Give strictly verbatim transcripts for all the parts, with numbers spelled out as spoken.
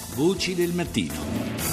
Voci del mattino.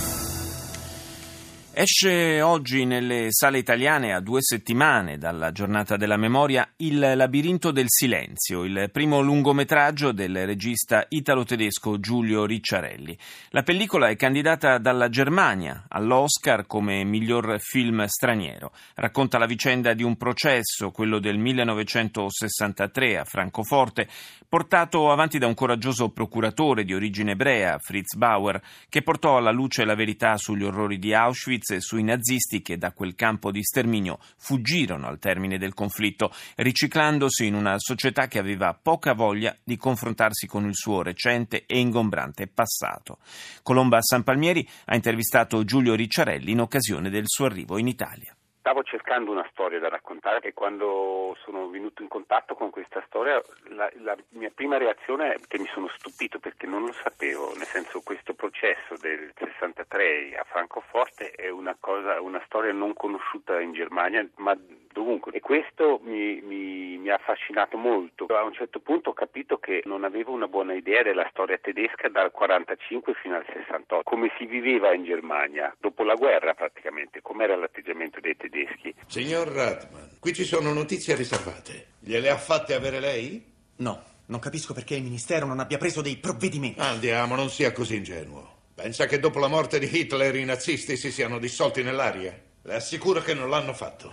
Esce oggi nelle sale italiane, a due settimane dalla giornata della memoria, Il labirinto del silenzio, il primo lungometraggio del regista italo-tedesco Giulio Ricciarelli. La pellicola è candidata dalla Germania all'Oscar come miglior film straniero. Racconta la vicenda di un processo, quello del millenovecentosessantatré a Francoforte, portato avanti da un coraggioso procuratore di origine ebrea, Fritz Bauer, che portò alla luce la verità sugli orrori di Auschwitz e sui nazisti che da quel campo di sterminio fuggirono al termine del conflitto, riciclandosi in una società che aveva poca voglia di confrontarsi con il suo recente e ingombrante passato. Colomba Sanpalmieri ha intervistato Giulio Ricciarelli in occasione del suo arrivo in Italia. Stavo cercando una storia da raccontare e quando sono venuto in contatto con questa storia la, la mia prima reazione è che mi sono stupito perché non lo sapevo, nel senso questo processo del sessantatré a Francoforte è una cosa, una storia non conosciuta in Germania ma dovunque e questo mi, mi, mi ha affascinato molto. A un certo punto ho capito che non avevo una buona idea della storia tedesca dal quarantacinque fino al sessantotto, come si viveva in Germania dopo la guerra praticamente, com'era l'atteggiamento dei tedeschi. Signor Radman, qui ci sono notizie riservate. Gliele ha fatte avere lei? No, non capisco perché il Ministero non abbia preso dei provvedimenti. Andiamo, non sia così ingenuo. Pensa che dopo la morte di Hitler i nazisti si siano dissolti nell'aria? Le assicuro che non l'hanno fatto.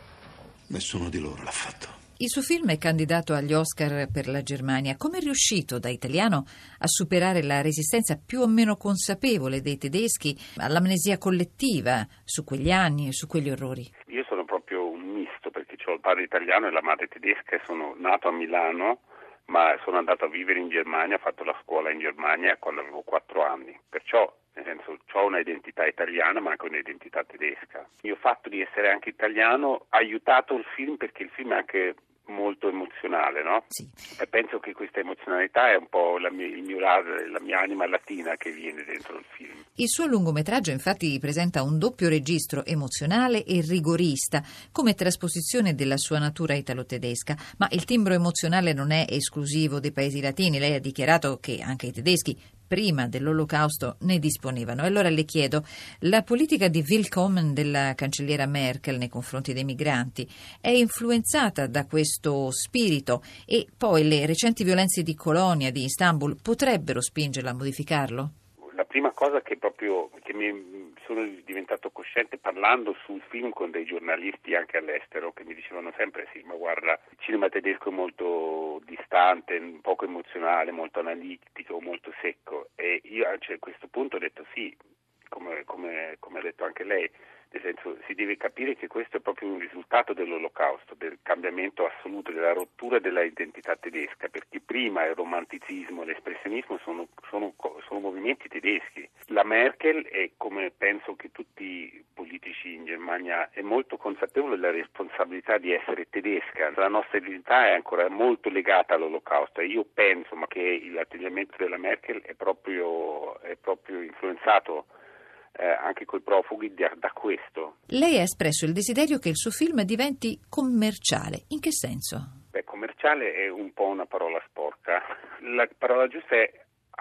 Nessuno di loro l'ha fatto. Il suo film è candidato agli Oscar per la Germania. Come è riuscito da italiano a superare la resistenza più o meno consapevole dei tedeschi all'amnesia collettiva su quegli anni e su quegli orrori? Io sono proprio un misto perché ho il padre italiano e la madre tedesca e sono nato a Milano, ma sono andato a vivere in Germania, ho fatto la scuola in Germania quando avevo quattro anni. Perciò, nel senso, ho un'identità italiana ma anche un'identità tedesca. Il fatto di essere anche italiano ha aiutato il film perché il film è anche molto emozionale, no? Sì. E penso che questa emozionalità è un po' la mia, il mio, la mia anima latina che viene dentro il film. Il suo lungometraggio infatti presenta un doppio registro emozionale e rigorista come trasposizione della sua natura italo-tedesca, ma il timbro emozionale non è esclusivo dei paesi latini. Lei ha dichiarato che anche i tedeschi prima dell'Olocausto ne disponevano. E allora le chiedo, la politica di Willkommen della cancelliera Merkel nei confronti dei migranti è influenzata da questo spirito e poi le recenti violenze di Colonia, di Istanbul, potrebbero spingerla a modificarlo? La prima cosa che proprio che mi sono diventato cosciente parlando sul film con dei giornalisti anche all'estero che mi dicevano sempre sì, ma guarda, il cinema tedesco è molto distante, poco emozionale, molto analitico, molto secco e io a questo punto ho detto sì, come, come, come ha detto anche lei, nel senso si deve capire che questo è proprio un risultato dell'Olocausto, del cambiamento assoluto, della rottura della identità tedesca, perché prima il romanticismo e l'espressionismo sono, sono, sono movimenti tedeschi. La Merkel è, come penso che tutti i politici in Germania, è molto consapevole della responsabilità di essere tedesca. La nostra identità è ancora molto legata all'Olocausto e io penso ma che l'atteggiamento della Merkel è proprio, è proprio influenzato Eh, anche coi profughi da, da questo. Lei ha espresso il desiderio che il suo film diventi commerciale. In che senso? Beh, commerciale è un po' una parola sporca. La parola giusta è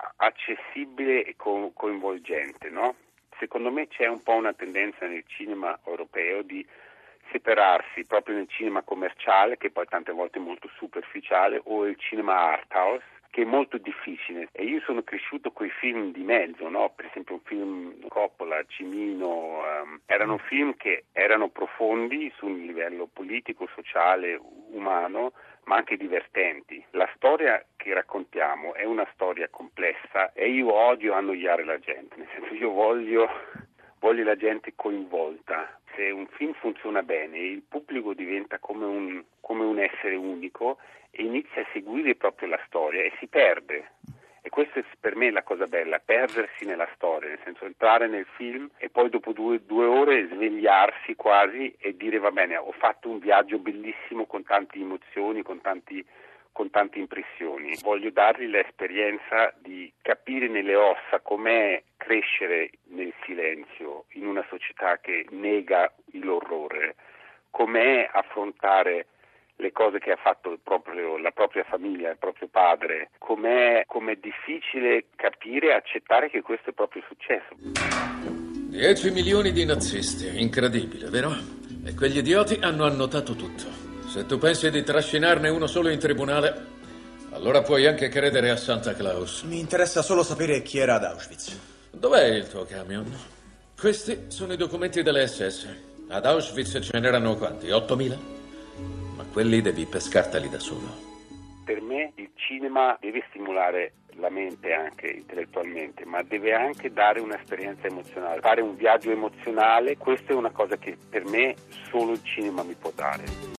accessibile e co- coinvolgente, no? Secondo me c'è un po' una tendenza nel cinema europeo di separarsi proprio nel cinema commerciale, che poi tante volte è molto superficiale, o il cinema art house, che è molto difficile e io sono cresciuto coi film di mezzo, no? Per esempio un film Coppola, Cimino, um, erano film che erano profondi sul livello politico, sociale, umano, ma anche divertenti. La storia che raccontiamo è una storia complessa e io odio annoiare la gente, nel senso io voglio, voglio la gente coinvolta. Se un film funziona bene, il pubblico diventa come un, come un essere unico e inizia a seguire proprio la storia e si perde. E questa è per me la cosa bella, perdersi nella storia, nel senso entrare nel film e poi dopo due, due ore svegliarsi quasi e dire va bene, ho fatto un viaggio bellissimo con tante emozioni, con tanti con tante impressioni. Voglio dargli l'esperienza di capire nelle ossa com'è crescere nel silenzio in una società che nega l'orrore, com'è affrontare le cose che ha fatto il proprio, la propria famiglia, il proprio padre, com'è, com'è difficile capire e accettare che questo è proprio successo. Dieci milioni di nazisti, incredibile, vero? E quegli idioti hanno annotato tutto. Se tu pensi di trascinarne uno solo in tribunale, allora puoi anche credere a Santa Claus. Mi interessa solo sapere chi era ad Auschwitz. Dov'è il tuo camion? Questi sono i documenti delle esse esse. Ad Auschwitz ce n'erano quanti? ottomila? Ma quelli devi pescarteli da solo. Per me il cinema deve stimolare la mente anche intellettualmente, ma deve anche dare un'esperienza emozionale, fare un viaggio emozionale. Questa è una cosa che per me solo il cinema mi può dare.